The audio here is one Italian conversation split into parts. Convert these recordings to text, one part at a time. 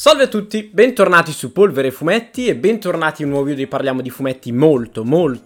Salve a tutti, bentornati su Polvere Fumetti e bentornati in un nuovo video dove parliamo di fumetti molto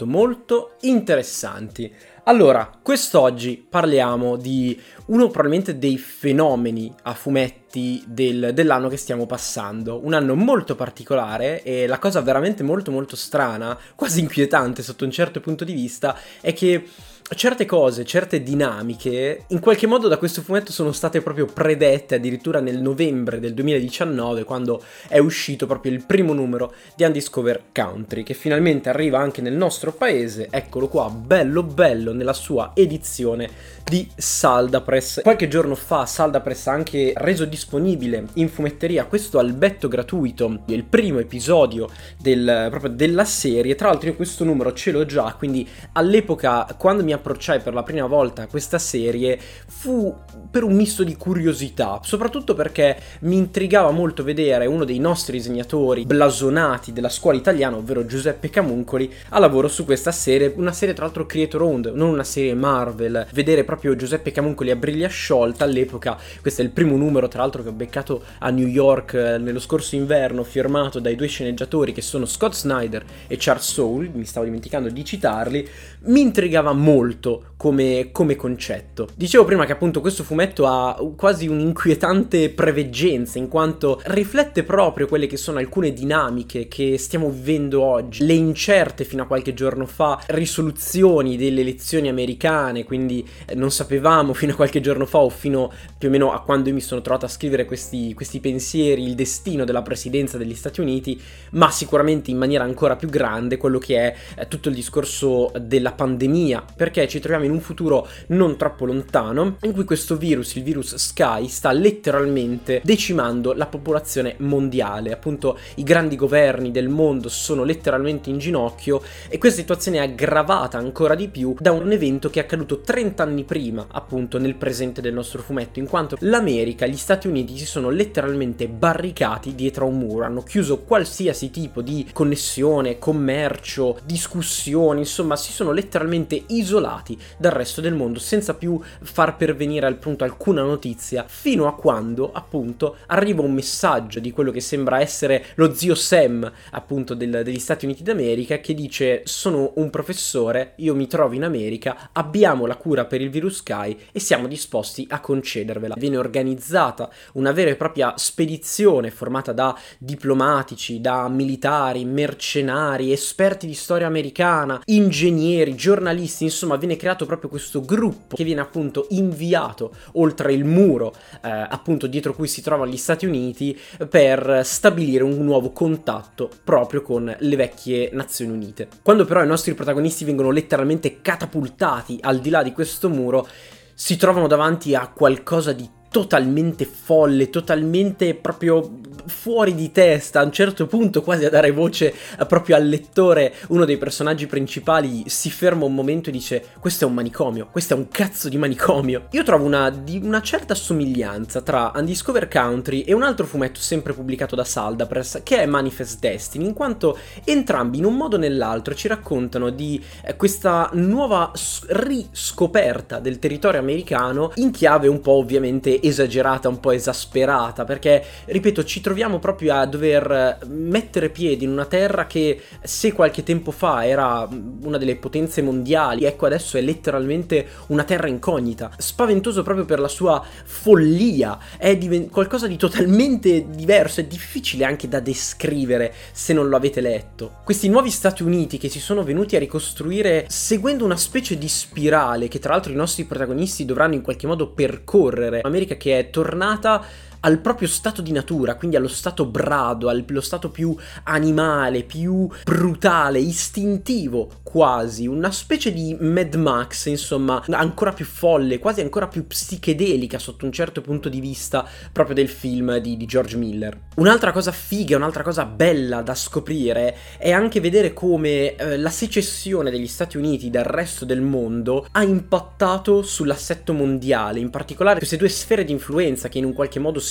interessanti. Allora, quest'oggi parliamo di uno probabilmente dei fenomeni a fumetti dell'anno che stiamo passando. Un anno molto particolare e la cosa veramente molto strana, quasi inquietante sotto un certo punto di vista, è che certe cose, certe dinamiche, in qualche modo da questo fumetto sono state proprio predette addirittura nel novembre del 2019, quando è uscito proprio il primo numero di Undiscovered Country, che finalmente arriva anche nel nostro paese. Eccolo qua, bello nella sua edizione di Salda Press. Qualche giorno fa Salda Press ha anche reso disponibile in fumetteria questo albetto gratuito, il primo episodio proprio della serie. Tra l'altro io questo numero ce l'ho già, quindi all'epoca quando mi approcciai per la prima volta a questa serie fu per un misto di curiosità, soprattutto perché mi intrigava molto vedere uno dei nostri disegnatori blasonati della scuola italiana, ovvero Giuseppe Camuncoli, a lavoro su questa serie, una serie tra l'altro creator owned, non una serie Marvel. Vedere proprio Giuseppe Camuncoli a briglia sciolta all'epoca, questo è il primo numero tra l'altro che ho beccato a New York nello scorso inverno, firmato dai due sceneggiatori che sono Scott Snyder e Charles Soule, mi stavo dimenticando di citarli, mi intrigava molto come concetto. Dicevo prima che appunto questo fumetto ha quasi un'inquietante preveggenza, in quanto riflette proprio quelle che sono alcune dinamiche che stiamo vivendo oggi, le incerte fino a qualche giorno fa risoluzioni delle elezioni americane, quindi non sapevamo fino a qualche giorno fa o fino più o meno a quando io mi sono trovato a scrivere questi pensieri il destino della presidenza degli Stati Uniti, ma sicuramente in maniera ancora più grande quello che è tutto il discorso della pandemia, perché ci troviamo in un futuro non troppo lontano in cui questo virus, il virus Sky, sta letteralmente decimando la popolazione mondiale. Appunto i grandi governi del mondo sono letteralmente in ginocchio e questa situazione è aggravata ancora di più da un evento che è accaduto 30 anni prima, appunto nel presente del nostro fumetto, in quanto l'America, gli Stati Uniti si sono letteralmente barricati dietro a un muro, hanno chiuso qualsiasi tipo di connessione, commercio, discussioni, insomma si sono letteralmente isolati dal resto del mondo senza più far pervenire appunto alcuna notizia, fino a quando appunto arriva un messaggio di quello che sembra essere lo zio Sam appunto degli Stati Uniti d'America, che dice: sono un professore, io mi trovo in America, abbiamo la cura per il virus Sky e siamo disposti a concedervela. Viene organizzata una vera e propria spedizione formata da diplomatici, da militari, mercenari, esperti di storia americana, ingegneri, giornalisti, insomma viene creato proprio questo gruppo che viene appunto inviato oltre il muro appunto dietro cui si trovano gli Stati Uniti per stabilire un nuovo contatto proprio con le vecchie Nazioni Unite. Quando però i nostri protagonisti vengono letteralmente catapultati al di là di questo muro, si trovano davanti a qualcosa di totalmente folle, totalmente proprio fuori di testa. A un certo punto, quasi a dare voce proprio al lettore, uno dei personaggi principali si ferma un momento e dice: questo è un manicomio, questo è un cazzo di manicomio. Io trovo una certa somiglianza tra Undiscovered Country e un altro fumetto sempre pubblicato da Salda Press, che è Manifest Destiny, in quanto entrambi in un modo o nell'altro ci raccontano di questa nuova riscoperta del territorio americano in chiave un po' ovviamente esagerata, un po' esasperata, perché ripeto ci troviamo proprio a dover mettere piedi in una terra che se qualche tempo fa era una delle potenze mondiali, ecco adesso è letteralmente una terra incognita, spaventoso proprio per la sua follia, è qualcosa di totalmente diverso, è difficile anche da descrivere se non lo avete letto. Questi nuovi Stati Uniti che si sono venuti a ricostruire seguendo una specie di spirale che tra l'altro i nostri protagonisti dovranno in qualche modo percorrere, America che è tornata al proprio stato di natura, quindi allo stato brado, allo stato più animale, più brutale, istintivo quasi, una specie di Mad Max, insomma, ancora più folle, quasi ancora più psichedelica sotto un certo punto di vista proprio del film di George Miller. Un'altra cosa figa, un'altra cosa bella da scoprire è anche vedere come la secessione degli Stati Uniti dal resto del mondo ha impattato sull'assetto mondiale, in particolare queste due sfere di influenza che in un qualche modo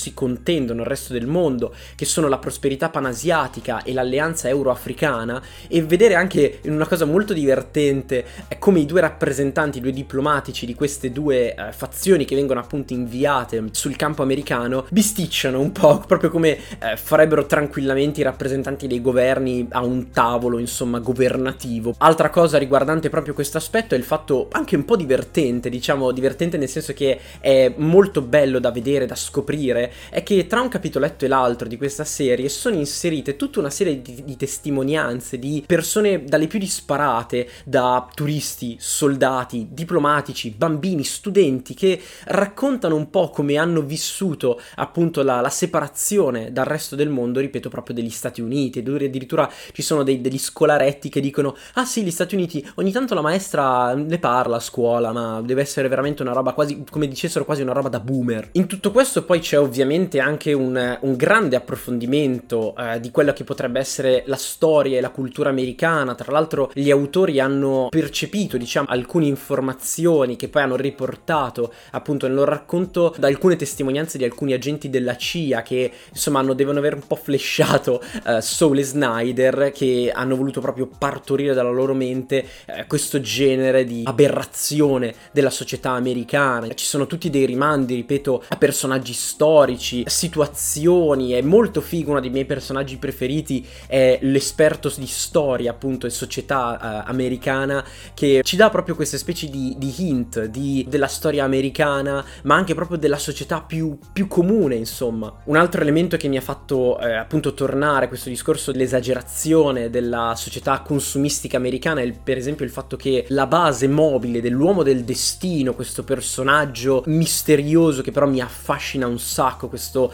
si contendono il resto del mondo, che sono la prosperità panasiatica e l'alleanza euroafricana, e vedere anche in una cosa molto divertente come i due rappresentanti, i due diplomatici di queste due fazioni che vengono appunto inviate sul campo americano bisticciano un po', proprio come farebbero tranquillamente i rappresentanti dei governi a un tavolo, insomma, governativo. Altra cosa riguardante proprio questo aspetto è il fatto anche un po' divertente, diciamo divertente nel senso che è molto bello da vedere, da scoprire, è che tra un capitoletto e l'altro di questa serie sono inserite tutta una serie di testimonianze di persone dalle più disparate, da turisti, soldati, diplomatici, bambini, studenti, che raccontano un po' come hanno vissuto appunto la separazione dal resto del mondo, ripeto, proprio degli Stati Uniti. Addirittura ci sono degli scolaretti che dicono: ah sì, gli Stati Uniti, ogni tanto la maestra ne parla a scuola, ma deve essere veramente una roba quasi, come dicessero, quasi una roba da boomer. In tutto questo poi c'è ovviamente anche un grande approfondimento di quella che potrebbe essere la storia e la cultura americana. Tra l'altro gli autori hanno percepito, diciamo, alcune informazioni che poi hanno riportato appunto nel loro racconto da alcune testimonianze di alcuni agenti della CIA che insomma devono aver un po' flashato Saul e Snyder, che hanno voluto proprio partorire dalla loro mente questo genere di aberrazione della società americana. Ci sono tutti dei rimandi, ripeto, a personaggi storici, situazioni. È molto figo, uno dei miei personaggi preferiti è l'esperto di storia appunto e società americana, che ci dà proprio queste specie di hint della storia americana, ma anche proprio della società più comune, insomma. Un altro elemento che mi ha fatto appunto tornare questo discorso dell'esagerazione della società consumistica americana è per esempio il fatto che la base mobile dell'uomo del destino, questo personaggio misterioso che però mi affascina un sacco, questo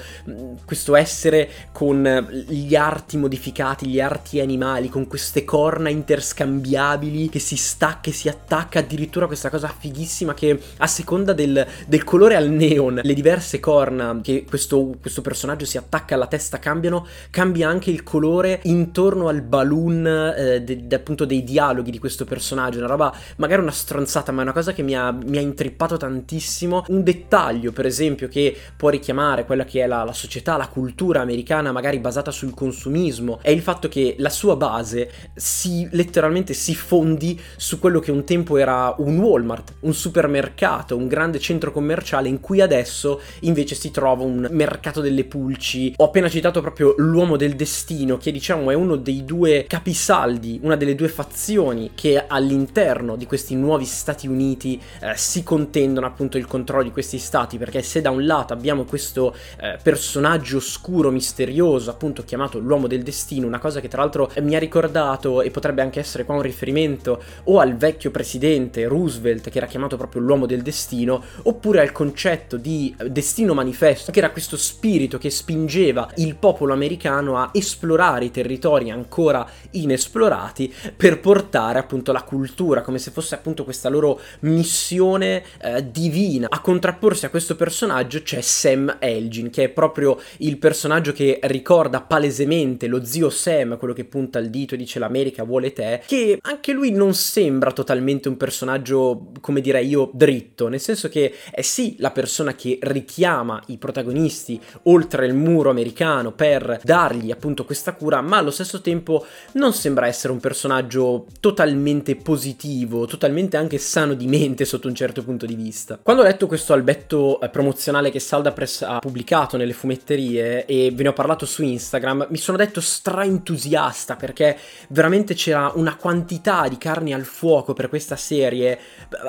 essere con gli arti modificati, gli arti animali, con queste corna interscambiabili che si stacca e si attacca, addirittura questa cosa fighissima che a seconda del colore al neon, le diverse corna che questo personaggio si attacca alla testa cambia anche il colore intorno al balloon appunto dei dialoghi di questo personaggio. Una roba, magari una stronzata, ma è una cosa che mi ha intrippato tantissimo. Un dettaglio per esempio che può richiamare quella che è la società, la cultura americana magari basata sul consumismo, è il fatto che la sua base letteralmente si fondi su quello che un tempo era un Walmart, un supermercato, un grande centro commerciale, in cui adesso invece si trova un mercato delle pulci. Ho appena citato proprio l'uomo del destino, che diciamo è uno dei due capisaldi, una delle due fazioni che all'interno di questi nuovi Stati Uniti si contendono appunto il controllo di questi stati, perché se da un lato abbiamo questo personaggio oscuro, misterioso, appunto chiamato l'uomo del destino, una cosa che tra l'altro mi ha ricordato, e potrebbe anche essere qua un riferimento o al vecchio presidente Roosevelt, che era chiamato proprio l'uomo del destino, oppure al concetto di destino manifesto, che era questo spirito che spingeva il popolo americano a esplorare i territori ancora inesplorati per portare appunto la cultura, come se fosse appunto questa loro missione divina. A contrapporsi a questo personaggio c'è Sam Elgin, che è proprio il personaggio che ricorda palesemente lo zio Sam, quello che punta il dito e dice l'America vuole te, che anche lui non sembra totalmente un personaggio, come direi io, dritto, nel senso che è sì la persona che richiama i protagonisti oltre il muro americano per dargli appunto questa cura, ma allo stesso tempo non sembra essere un personaggio totalmente positivo, totalmente anche sano di mente sotto un certo punto di vista. Quando ho letto questo albetto promozionale che Salda Press ha pubblicato nelle fumetterie e ve ne ho parlato su Instagram, mi sono detto entusiasta, perché veramente c'era una quantità di carne al fuoco per questa serie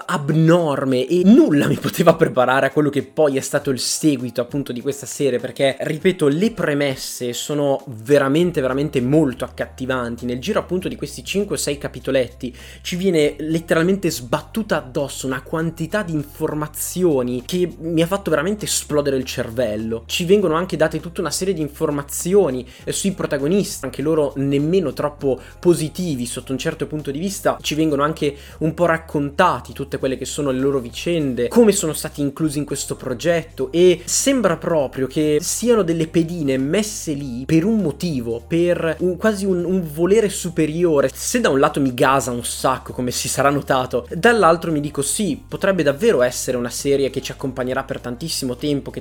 abnorme e nulla mi poteva preparare a quello che poi è stato il seguito appunto di questa serie, perché ripeto, le premesse sono veramente molto accattivanti. Nel giro appunto di questi 5-6 capitoletti ci viene letteralmente sbattuta addosso una quantità di informazioni che mi ha fatto veramente esplodere il cervello. Ci vengono anche date tutta una serie di informazioni sui protagonisti, anche loro nemmeno troppo positivi sotto un certo punto di vista. Ci vengono anche un po' raccontati tutte quelle che sono le loro vicende, come sono stati inclusi in questo progetto, e sembra proprio che siano delle pedine messe lì per un motivo, per quasi un volere superiore. Se da un lato mi gasa un sacco, come si sarà notato, dall'altro mi dico sì, potrebbe davvero essere una serie che ci accompagnerà per tantissimo tempo, che terrà molto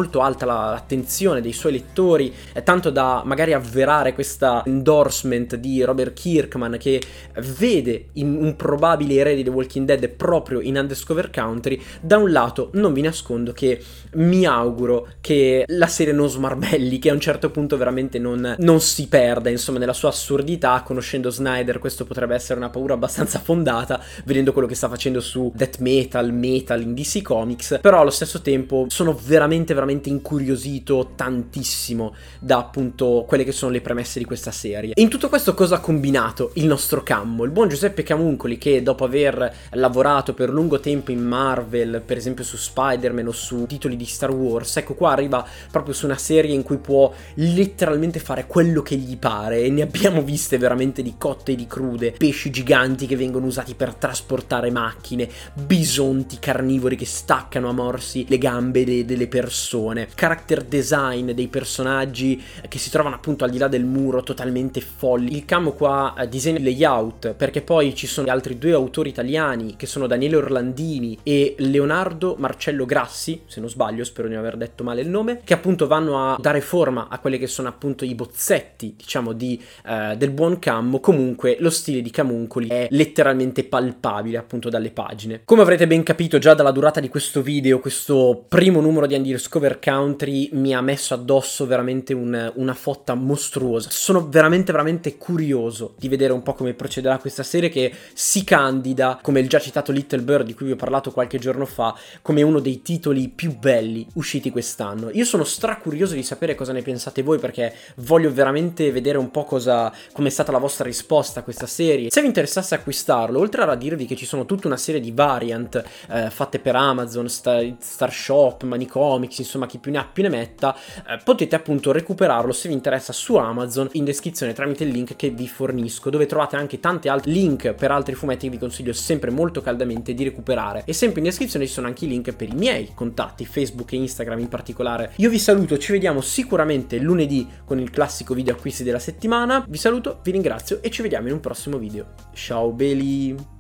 molto alta l'attenzione dei suoi lettori, tanto da magari avverare questa endorsement di Robert Kirkman, che vede un probabile erede di The Walking Dead proprio in Undiscovered Country. Da un lato non vi nascondo che mi auguro che la serie non smarbelli, che a un certo punto veramente non si perda, insomma, nella sua assurdità. Conoscendo Snyder questo potrebbe essere una paura abbastanza fondata, vedendo quello che sta facendo su Death Metal in DC Comics, però allo stesso tempo sono veramente incuriosito tantissimo da appunto quelle che sono le premesse di questa serie. E in tutto questo cosa ha combinato il nostro Cammo? Il buon Giuseppe Camuncoli, che dopo aver lavorato per lungo tempo in Marvel, per esempio su Spider-Man o su titoli di Star Wars, ecco qua arriva proprio su una serie in cui può letteralmente fare quello che gli pare, e ne abbiamo viste veramente di cotte e di crude: pesci giganti che vengono usati per trasportare macchine, bisonti carnivori che staccano a morsi le gambe delle persone, character design dei personaggi che si trovano appunto al di là del muro totalmente folli. Il Cammo qua disegna il layout, perché poi ci sono altri due autori italiani che sono Daniele Orlandini e Leonardo Marcello Grassi, se non sbaglio, spero di non aver detto male il nome, che appunto vanno a dare forma a quelli che sono appunto i bozzetti, diciamo, del buon Cammo. Comunque lo stile di Camuncoli è letteralmente palpabile appunto dalle pagine. Come avrete ben capito già dalla durata di questo video, questo primo numero di Undiscovered Country mi ha messo addosso veramente una fotta mostruosa. Sono veramente curioso di vedere un po' come procederà questa serie, che si candida, come il già citato Little Bird di cui vi ho parlato qualche giorno fa, come uno dei titoli più belli usciti quest'anno. Io sono stracurioso di sapere cosa ne pensate voi, perché voglio veramente vedere un po' come è stata la vostra risposta a questa serie. Se vi interessasse acquistarlo, oltre a dirvi che ci sono tutta una serie di variant fatte per Amazon, Star Shop, Manicomics, insomma chi più ne ha più ne metta, potete appunto recuperarlo se vi interessa su Amazon in descrizione tramite il link che vi fornisco, dove trovate anche tanti altri link per altri fumetti che vi consiglio sempre molto caldamente di recuperare. E sempre in descrizione ci sono anche i link per i miei contatti, Facebook e Instagram in particolare. Io vi saluto, ci vediamo sicuramente lunedì con il classico video acquisti della settimana. Vi saluto, vi ringrazio e ci vediamo in un prossimo video. Ciao belli!